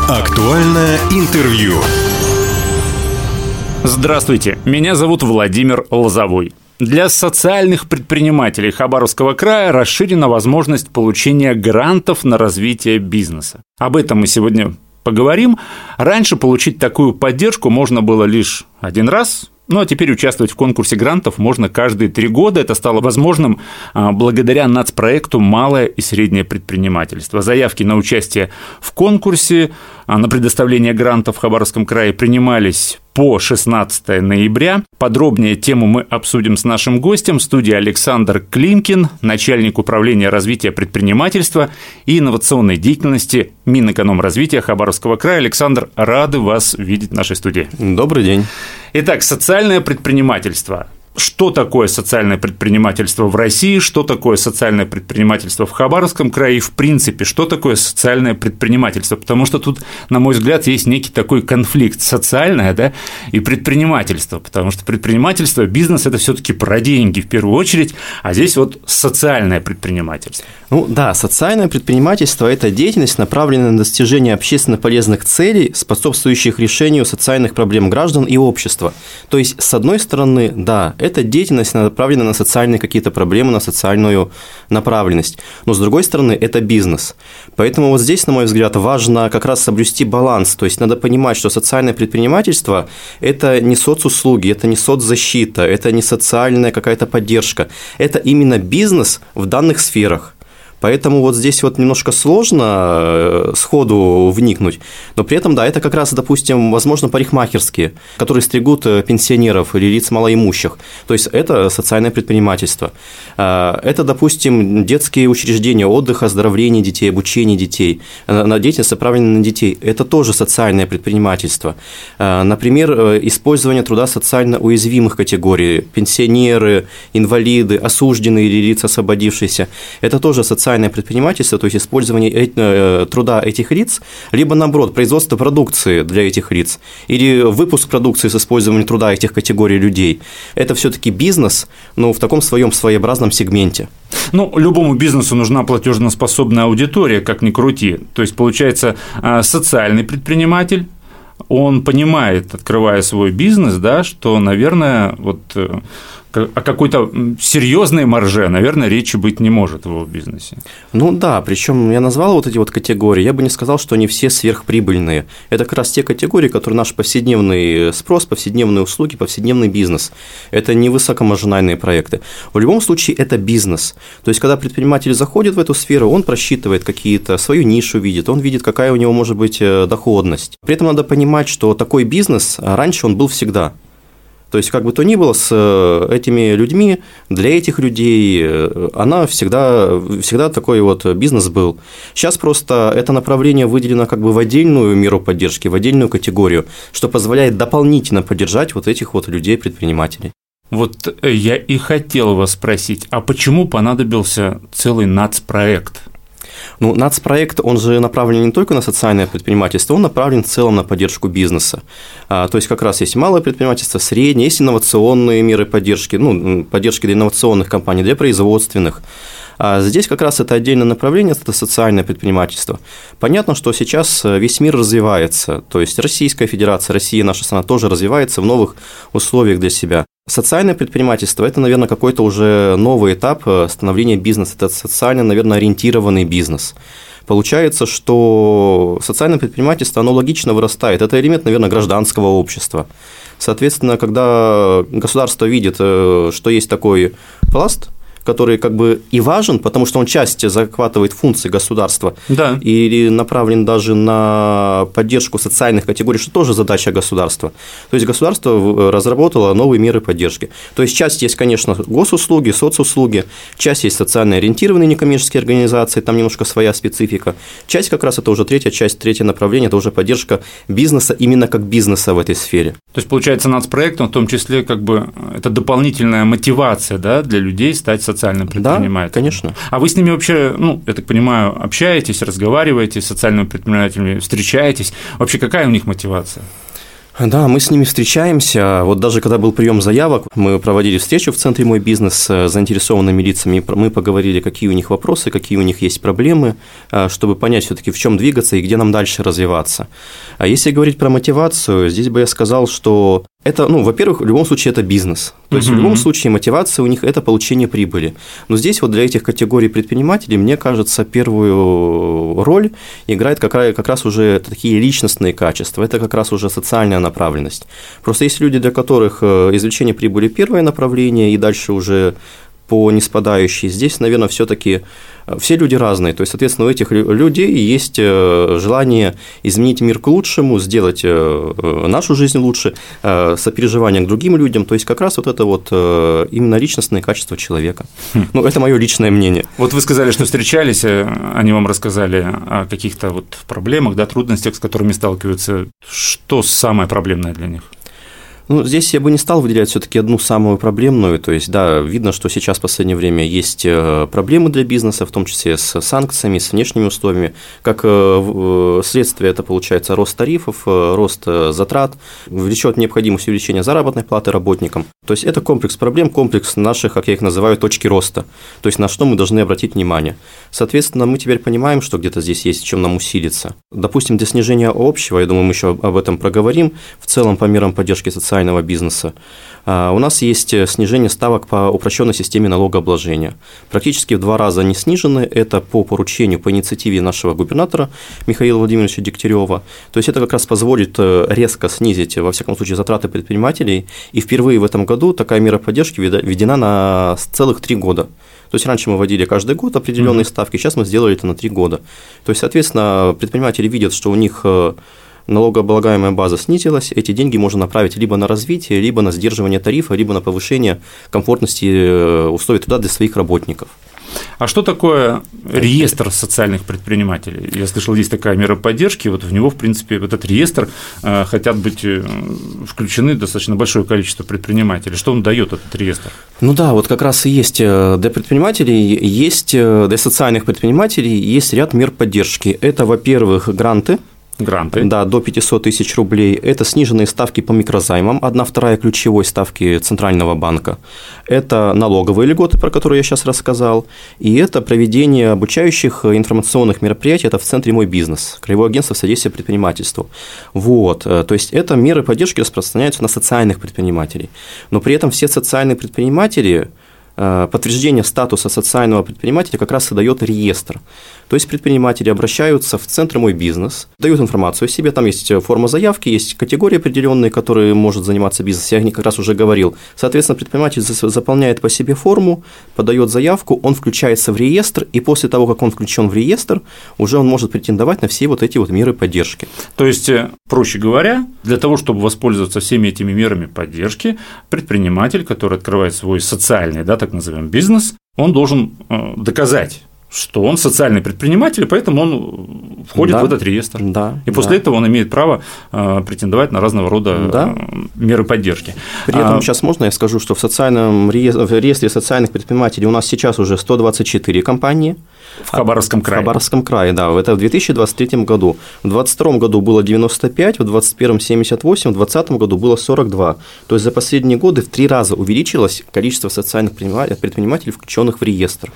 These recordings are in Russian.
Актуальное интервью. Здравствуйте, меня зовут Владимир Лозовой. Для социальных предпринимателей Хабаровского края расширена возможность получения грантов на развитие бизнеса. Об этом мы сегодня поговорим. Раньше получить такую поддержку можно было лишь один раз. Ну а теперь участвовать в конкурсе грантов можно каждые 3 года. Это стало возможным благодаря нацпроекту «Малое и среднее предпринимательство». Заявки на участие в конкурсе на предоставление грантов в Хабаровском крае принимались по 16 ноября. Подробнее тему мы обсудим с нашим гостем. В студии Александр Климкин, начальник управления развития предпринимательства и инновационной деятельности Минэкономразвития Хабаровского края. Александр, рады вас видеть в нашей студии. Добрый день. Итак, социальное предпринимательство. Что такое социальное предпринимательство в России, что такое социальное предпринимательство в Хабаровском крае и, в принципе, что такое социальное предпринимательство? Потому что тут, на мой взгляд, есть некий такой конфликт социальное, да, и предпринимательство, потому что предпринимательство, бизнес – это все-таки про деньги в первую очередь, а здесь вот социальное предпринимательство. Ну да, социальное предпринимательство – это деятельность, направленная на достижение общественно полезных целей, способствующих решению социальных проблем граждан и общества. То есть, с одной стороны, да, эта деятельность направлена на социальные какие-то проблемы, на социальную направленность. Но, с другой стороны, это бизнес. Поэтому вот здесь, на мой взгляд, важно как раз соблюсти баланс. То есть, надо понимать, что социальное предпринимательство – это не соцуслуги, это не соцзащита, это не социальная какая-то поддержка. Это именно бизнес в данных сферах. Поэтому вот здесь вот немножко сложно сходу вникнуть, но при этом, да, это как раз, допустим, возможно, парикмахерские, которые стригут пенсионеров или лиц малоимущих, то есть это социальное предпринимательство. Это, допустим, детские учреждения отдыха, оздоровления детей, обучения детей, деятельность направленная на детей, это тоже социальное предпринимательство. Например, использование труда социально уязвимых категорий, пенсионеры, инвалиды, осужденные или лица освободившиеся, это тоже социальное предпринимательство, то есть использование труда этих лиц, либо, наоборот, производство продукции для этих лиц, или выпуск продукции с использованием труда этих категорий людей. Это все-таки бизнес, но в таком своем своеобразном сегменте. Ну, любому бизнесу нужна платежеспособная аудитория, как ни крути. То есть, получается, социальный предприниматель, он понимает, открывая свой бизнес, да, что, наверное, вот о какой-то серьезной марже, наверное, речи быть не может в его бизнесе. Ну да, причем я назвал вот эти вот категории, я бы не сказал, что они все сверхприбыльные. Это как раз те категории, которые наш повседневный спрос, повседневные услуги, повседневный бизнес. Это не высокомаржинальные проекты. В любом случае это бизнес. То есть, когда предприниматель заходит в эту сферу, он просчитывает какие-то, свою нишу видит, он видит, какая у него может быть доходность. При этом надо понимать, что такой бизнес раньше он был всегда. То есть, как бы то ни было, с этими людьми, для этих людей она всегда такой вот бизнес был. Сейчас просто это направление выделено как бы в отдельную меру поддержки, в отдельную категорию, что позволяет дополнительно поддержать вот этих вот людей-предпринимателей. Вот я и хотел вас спросить, а почему понадобился целый нацпроект? Ну, нацпроект, он же направлен не только на социальное предпринимательство, он направлен в целом на поддержку бизнеса. То есть, как раз есть малое предпринимательство, среднее, есть инновационные меры поддержки, поддержки для инновационных компаний, для производственных. А здесь как раз это отдельное направление, это социальное предпринимательство. Понятно, что сейчас весь мир развивается, то есть Российская Федерация, Россия, наша страна тоже развивается в новых условиях для себя. Социальное предпринимательство – это, наверное, какой-то уже новый этап становления бизнеса, это социально, наверное, ориентированный бизнес. Получается, что социальное предпринимательство, оно логично вырастает, это элемент, наверное, гражданского общества. Соответственно, когда государство видит, что есть такой пласт, который как бы и важен, потому что он часть захватывает функции государства, да, или направлен даже на поддержку социальных категорий, что тоже задача государства. То есть государство разработало новые меры поддержки. То есть часть есть, конечно, госуслуги, соцуслуги, часть есть социально ориентированные некоммерческие организации, там немножко своя специфика. Часть как раз это уже третье направление, это уже поддержка бизнеса именно как бизнеса в этой сфере. То есть, получается, нацпроект, в том числе, как бы, это дополнительная мотивация, да, для людей стать социальным предпринимателем. Да, конечно. А вы с ними вообще, я так понимаю, общаетесь, разговариваете с социальными предпринимателями, встречаетесь? Вообще, какая у них мотивация? Да, мы с ними встречаемся. Вот даже когда был прием заявок, мы проводили встречу в центре «Мой бизнес» с заинтересованными лицами. Мы поговорили, какие у них вопросы, какие у них есть проблемы, чтобы понять все-таки, в чем двигаться и где нам дальше развиваться. А если говорить про мотивацию, здесь бы я сказал, что это, во-первых, в любом случае это бизнес. То есть в любом случае мотивация у них – это получение прибыли. Но здесь вот для этих категорий предпринимателей, мне кажется, первую роль играет как раз уже такие личностные качества. Это как раз уже социальная направленность. Просто есть люди, для которых извлечение прибыли – первое направление, и дальше уже по неспадающей. Здесь, наверное, все-таки все люди разные. То есть, соответственно, у этих людей есть желание изменить мир к лучшему, сделать нашу жизнь лучше, сопереживание к другим людям. То есть, как раз вот это вот именно личностные качества человека. Это мое личное мнение. Вот вы сказали, что встречались, они вам рассказали о каких-то вот проблемах, трудностях, с которыми сталкиваются. Что самое проблемное для них? Здесь я бы не стал выделять все-таки одну самую проблемную, то есть, да, видно, что сейчас в последнее время есть проблемы для бизнеса, в том числе с санкциями, с внешними условиями, как следствие это получается рост тарифов, рост затрат, влечет необходимость увеличения заработной платы работникам, то есть это комплекс проблем, комплекс наших, как я их называю, точки роста, то есть на что мы должны обратить внимание. Соответственно, мы теперь понимаем, что где-то здесь есть в чем нам усилиться. Допустим, для снижения общего, я думаю, мы еще об этом проговорим, в целом по мерам поддержки социального бизнеса, у нас есть снижение ставок по упрощенной системе налогообложения. Практически в 2 раза они снижены, это по поручению, по инициативе нашего губернатора Михаила Владимировича Дегтярева. То есть это как раз позволит резко снизить, во всяком случае, затраты предпринимателей, и впервые в этом году такая мера поддержки введена на целых 3 года. То есть раньше мы вводили каждый год определенные ставки, сейчас мы сделали это на 3 года. То есть, соответственно, предприниматели видят, что у них налогооблагаемая база снизилась, эти деньги можно направить либо на развитие, либо на сдерживание тарифа, либо на повышение комфортности условий труда для своих работников. А что такое реестр социальных предпринимателей? Я слышал, есть такая мера поддержки, вот в него, в принципе, в этот реестр хотят быть включены достаточно большое количество предпринимателей. Что он дает, этот реестр? Вот как раз и есть для предпринимателей, есть для социальных предпринимателей есть ряд мер поддержки. Это, во-первых, гранты. Да, до 500 тысяч рублей. Это сниженные ставки по микрозаймам, 1/2 ключевой ставки Центрального банка. Это налоговые льготы, про которые я сейчас рассказал. И это проведение обучающих информационных мероприятий, это в центре «Мой бизнес», Краевое агентство содействия предпринимательству. То есть это меры поддержки распространяются на социальных предпринимателей. Но при этом все социальные предприниматели, подтверждение статуса социального предпринимателя как раз и дает реестр. То есть предприниматели обращаются в центр «Мой бизнес», дают информацию о себе, там есть форма заявки, есть категории определенные, которые может заниматься бизнес, я о них как раз уже говорил. Соответственно, предприниматель заполняет по себе форму, подает заявку, он включается в реестр, и после того, как он включен в реестр, уже он может претендовать на все вот эти вот меры поддержки. То есть, проще говоря, для того, чтобы воспользоваться всеми этими мерами поддержки, предприниматель, который открывает свой социальный, так назовем, бизнес, он должен доказать, что он социальный предприниматель, и поэтому он входит в этот реестр. И после этого он имеет право претендовать на разного рода меры поддержки. При этом сейчас можно я скажу, что в реестре социальных предпринимателей у нас сейчас уже 124 компании. В Хабаровском крае. В Хабаровском крае, да. Это в 2023 году. В 2022 году было 95, в 2021 – 78, в 2020 году было 42. То есть за последние годы в 3 раза увеличилось количество социальных предпринимателей, включенных в реестр.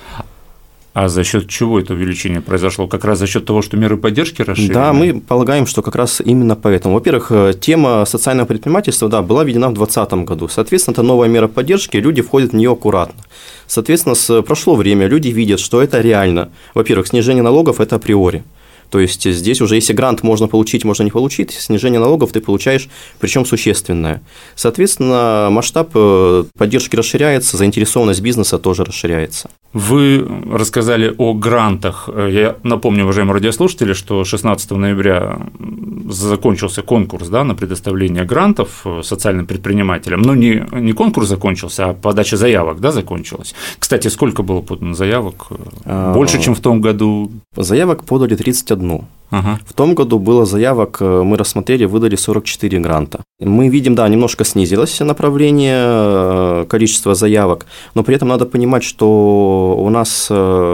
А за счет чего это увеличение произошло? Как раз за счет того, что меры поддержки расширены? Да, мы полагаем, что как раз именно поэтому. Во-первых, тема социального предпринимательства, была введена в 2020 году. Соответственно, это новая мера поддержки, люди входят в нее аккуратно. Соответственно, прошло время, люди видят, что это реально. Во-первых, снижение налогов – это априори. То есть здесь уже, если грант можно получить, можно не получить, снижение налогов ты получаешь, причем существенное. Соответственно, масштаб поддержки расширяется, заинтересованность бизнеса тоже расширяется. Вы рассказали о грантах. Я напомню, уважаемые радиослушатели, что 16 ноября закончился конкурс на предоставление грантов социальным предпринимателям. Но не конкурс закончился, а подача заявок закончилась. Кстати, сколько было подано заявок? Больше, чем в том году? Заявок подали 31. Ага. В том году было заявок, мы рассмотрели, выдали 44 гранта. Мы видим, да, немножко снизилось направление, количество заявок, но при этом надо понимать, что у нас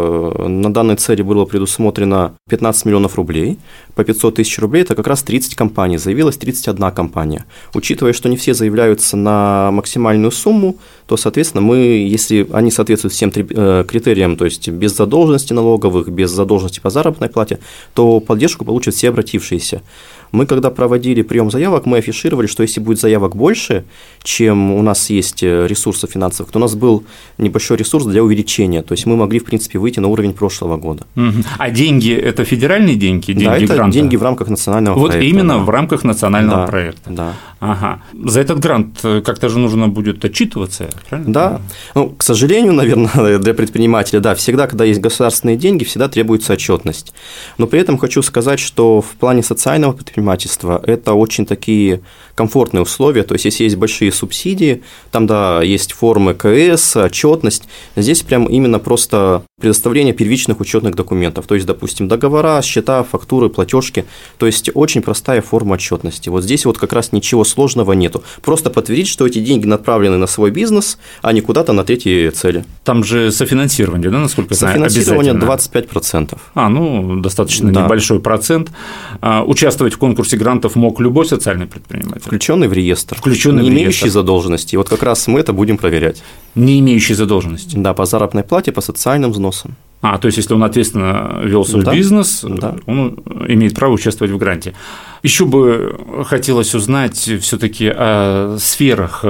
на данной цели было предусмотрено 15 миллионов рублей. По 500 тысяч рублей – это как раз 30 компаний, заявилась 31 компания. Учитывая, что не все заявляются на максимальную сумму, то, соответственно, мы, если они соответствуют всем критериям, то есть без задолженности налоговых, без задолженности по заработной плате, то поддержку получат все обратившиеся. Мы, когда проводили прием заявок, мы афишировали, что если будет заявок больше, чем у нас есть ресурсов финансовых, то у нас был небольшой ресурс для увеличения. То есть мы могли, в принципе, выйти на уровень прошлого года. А деньги – это федеральные деньги? Да, это гранта? Деньги в рамках национального проекта. Вот именно в рамках национального проекта? Да. Ага. За этот грант как-то же нужно будет отчитываться, правильно? Да. Ну, к сожалению, наверное, для предпринимателя, да, всегда, когда есть государственные деньги, всегда требуется отчетность. Но при этом хочу сказать, что в плане социального предпринимательства это очень такие комфортные условия. То есть, если есть большие субсидии, там, да, есть формы КС, отчетность. Здесь прям именно просто предоставление первичных учетных документов. То есть, допустим, договора, счета, фактуры, платежки. То есть, очень простая форма отчетности. Вот здесь вот как раз ничего сложного нету. Просто подтвердить, что эти деньги направлены на свой бизнес, а не куда-то на третьи цели. Там же софинансирование, да, насколько я знаю, софинансирование обязательно? 25%. Достаточно небольшой процент. Участвовать в конкурсе грантов мог любой социальный предприниматель? Включенный в реестр. Включенный не в имеющий реестр. задолженности. И вот как раз мы это будем проверять. Не имеющий задолженности? Да, по заработной плате, по социальным взносам. То есть, если он ответственно вел свой бизнес, он имеет право участвовать в гранте. Еще бы хотелось узнать все-таки о сферах,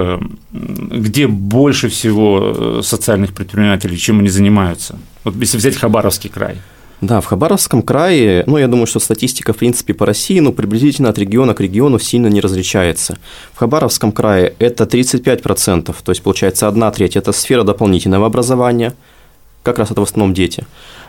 где больше всего социальных предпринимателей, чем они занимаются. Вот если взять Хабаровский край. Да, в Хабаровском крае, я думаю, что статистика, в принципе, по России, приблизительно от региона к региону сильно не различается. В Хабаровском крае это 35%, то есть, получается, 1/3 – это сфера дополнительного образования, как раз это в основном дети.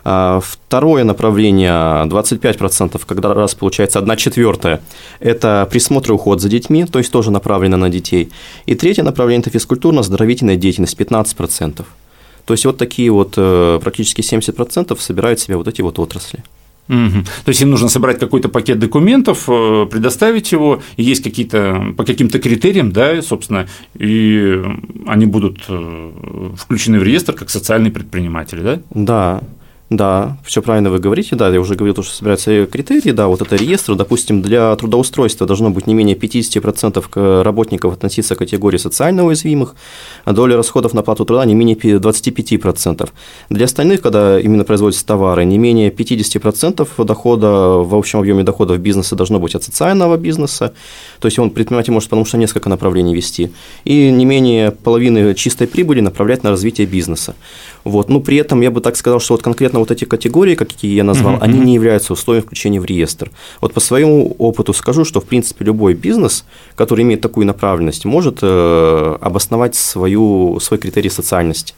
Второе направление, 25%, когда раз получается 1/4, это присмотр и уход за детьми, то есть тоже направлено на детей. И третье направление – это физкультурно-оздоровительная деятельность, 15%. То есть, вот такие вот практически 70% собирают в себя вот эти вот отрасли. Угу. То есть, им нужно собрать какой-то пакет документов, предоставить его, и есть какие-то, по каким-то критериям, да, собственно, и они будут включены в реестр как социальные предприниматели, да? Да, все правильно вы говорите, да, я уже говорил, что собираются критерии, да, вот это реестр, допустим, для трудоустройства должно быть не менее 50% работников относиться к категории социально уязвимых, а доля расходов на оплату труда не менее 25%. Для остальных, когда именно производятся товары, не менее 50% дохода в общем объеме доходов бизнеса должно быть от социального бизнеса, то есть он предприниматель может, потому что несколько направлений вести, и не менее половины чистой прибыли направлять на развитие бизнеса. Вот. При этом я бы так сказал, что вот конкретно вот эти категории, какие я назвал, они не являются условием включения в реестр. Вот по своему опыту скажу, что в принципе любой бизнес, который имеет такую направленность, может обосновать свой критерий социальности.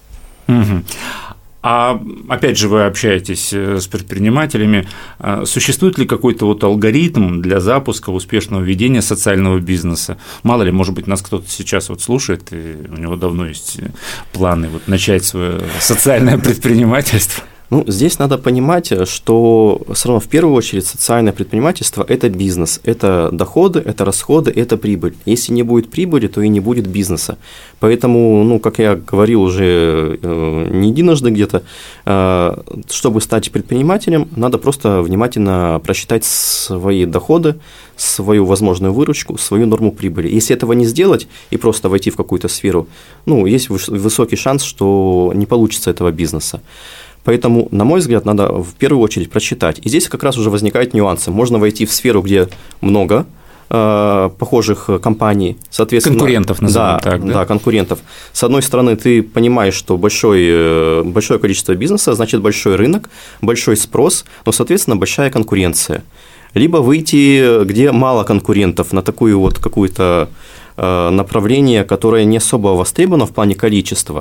А опять же, вы общаетесь с предпринимателями. Существует ли какой-то вот алгоритм для запуска успешного ведения социального бизнеса? Мало ли, может быть, нас кто-то сейчас вот слушает, и у него давно есть планы вот начать свое социальное предпринимательство. Здесь надо понимать, что все равно в первую очередь социальное предпринимательство – это бизнес, это доходы, это расходы, это прибыль. Если не будет прибыли, то и не будет бизнеса. Поэтому, как я говорил уже не единожды где-то, чтобы стать предпринимателем, надо просто внимательно просчитать свои доходы, свою возможную выручку, свою норму прибыли. Если этого не сделать и просто войти в какую-то сферу, есть высокий шанс, что не получится этого бизнеса. Поэтому, на мой взгляд, надо в первую очередь прочитать. И здесь как раз уже возникают нюансы. Можно войти в сферу, где много похожих компаний, соответственно… Конкурентов, назовем так, да? Да, конкурентов. С одной стороны, ты понимаешь, что большое количество бизнеса, значит, большой рынок, большой спрос, но, соответственно, большая конкуренция. Либо выйти, где мало конкурентов, на такую вот какую-то направление, которое не особо востребовано в плане количества,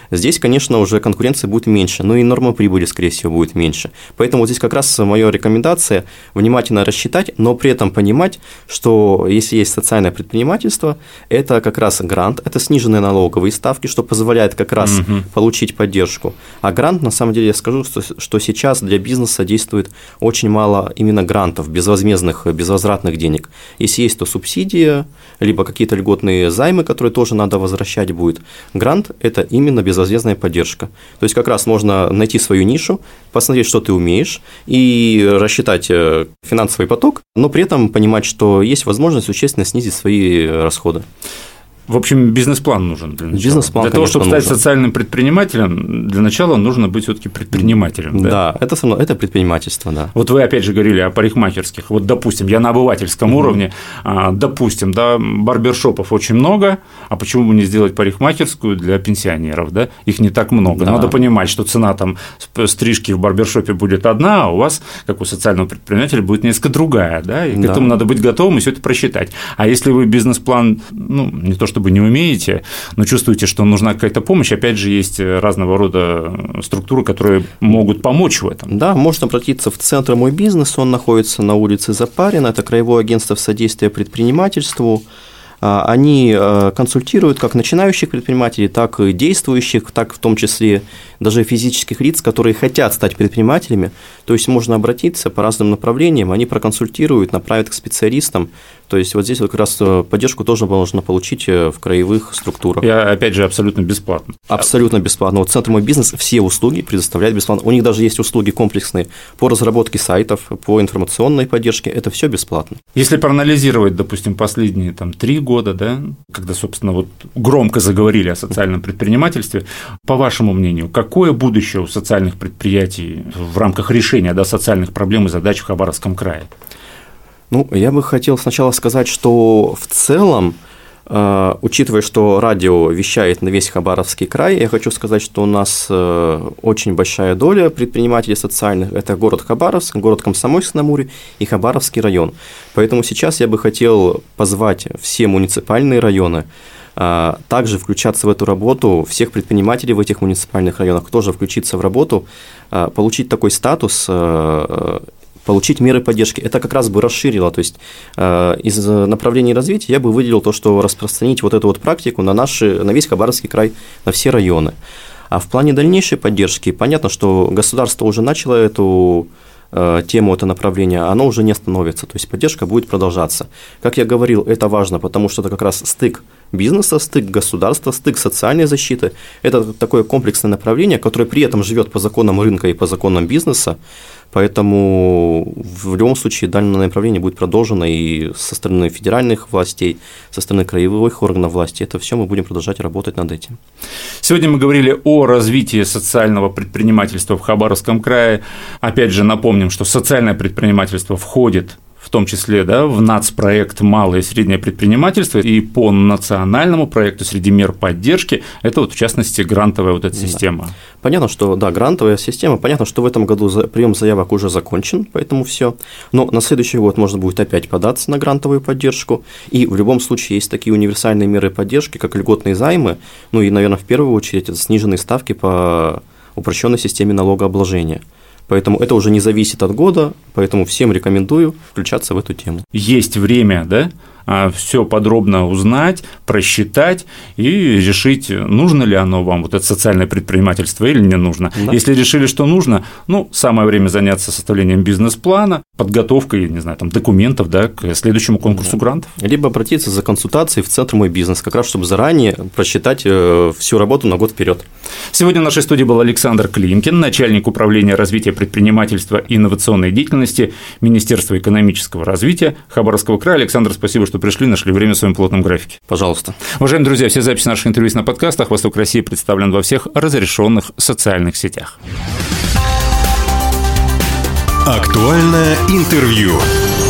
Здесь, конечно, уже конкуренция будет меньше, но и норма прибыли, скорее всего, будет меньше. Поэтому вот здесь как раз моя рекомендация внимательно рассчитать, но при этом понимать, что если есть социальное предпринимательство, это как раз грант, это сниженные налоговые ставки, что позволяет как раз получить поддержку. А грант, на самом деле, я скажу, что сейчас для бизнеса действует очень мало именно грантов, безвозмездных, безвозвратных денег. Если есть, то субсидия, либо какие-то льготные займы, которые тоже надо возвращать будет. Грант – это именно безвозмездная поддержка. То есть как раз можно найти свою нишу, посмотреть, что ты умеешь, и рассчитать финансовый поток, но при этом понимать, что есть возможность существенно снизить свои расходы. В общем, бизнес-план нужен для начала. Бизнес-план, для того, чтобы стать нужен. Социальным предпринимателем, для начала нужно быть все-таки предпринимателем. Да, это предпринимательство, да. Вот вы опять же говорили о парикмахерских. Вот, допустим, я на обывательском уровне, допустим, да, барбершопов очень много, а почему бы не сделать парикмахерскую для пенсионеров, да? Их не так много. Да. Надо понимать, что цена там стрижки в барбершопе будет одна, а у вас, как у социального предпринимателя, будет несколько другая, да? И к этому надо быть готовым и все это просчитать. А если вы бизнес-план, не то чтобы не умеете, но чувствуете, что нужна какая-то помощь, опять же, есть разного рода структуры, которые могут помочь в этом. Да, можно обратиться в центр «Мой бизнес», он находится на улице Запарина, это Краевое агентство содействия предпринимательству. Они консультируют как начинающих предпринимателей, так и действующих, так в том числе даже физических лиц, которые хотят стать предпринимателями. То есть можно обратиться по разным направлениям, они проконсультируют, направят к специалистам. То есть вот здесь вот как раз поддержку тоже можно получить в краевых структурах. И опять же абсолютно бесплатно. Абсолютно бесплатно. Вот Центр «Мой бизнес» все услуги предоставляет бесплатно. У них даже есть услуги комплексные по разработке сайтов, по информационной поддержке. Это все бесплатно. Если проанализировать, допустим, последние 3 года, да, когда, собственно, вот громко заговорили о социальном предпринимательстве, по вашему мнению, какое будущее у социальных предприятий в рамках решения социальных проблем и задач в Хабаровском крае? Я бы хотел сначала сказать, что в целом, учитывая, что радио вещает на весь Хабаровский край, я хочу сказать, что у нас очень большая доля предпринимателей социальных – это город Хабаровск, город Комсомольск-на-Амуре и Хабаровский район. Поэтому сейчас я бы хотел позвать все муниципальные районы также включаться в эту работу, всех предпринимателей в этих муниципальных районах тоже включиться в работу, получить такой статус, получить меры поддержки. Это как раз бы расширило, то есть из направлений развития я бы выделил то, что распространить вот эту вот практику на весь Хабаровский край, на все районы. А в плане дальнейшей поддержки, понятно, что государство уже начало эту тему, это направление, оно уже не остановится, то есть поддержка будет продолжаться. Как я говорил, это важно, потому что это как раз стык бизнеса, стык государства, стык социальной защиты. Это такое комплексное направление, которое при этом живет по законам рынка и по законам бизнеса, поэтому в любом случае данное направление будет продолжено и со стороны федеральных властей, со стороны краевых органов власти. Это все мы будем продолжать работать над этим. Сегодня мы говорили о развитии социального предпринимательства в Хабаровском крае. Опять же, напомним, что социальное предпринимательство входит в том числе в нацпроект «Малое и среднее предпринимательство», и по национальному проекту среди мер поддержки это в частности грантовая эта система. Понятно, что грантовая система, понятно, что в этом году прием заявок уже закончен, поэтому все. Но на следующий год можно будет опять податься на грантовую поддержку, и в любом случае есть такие универсальные меры поддержки, как льготные займы, и, наверное, в первую очередь это сниженные ставки по упрощенной системе налогообложения. Поэтому это уже не зависит от года, поэтому всем рекомендую включаться в эту тему. Есть время, все подробно узнать, просчитать и решить, нужно ли оно вам, это социальное предпринимательство, или не нужно. Да. Если решили, что нужно, самое время заняться составлением бизнес-плана, подготовкой, документов, к следующему конкурсу грантов. Либо обратиться за консультацией в Центр «Мой бизнес», как раз чтобы заранее просчитать всю работу на год вперед. Сегодня в нашей студии был Александр Климкин, начальник управления развития предпринимательства и инновационной деятельности Министерства экономического развития Хабаровского края. Александр, спасибо, что пришли, нашли время в своем плотном графике. Пожалуйста. Уважаемые друзья, все записи наших интервью на подкастах. «Восток России» представлен во всех разрешенных социальных сетях. Актуальное интервью.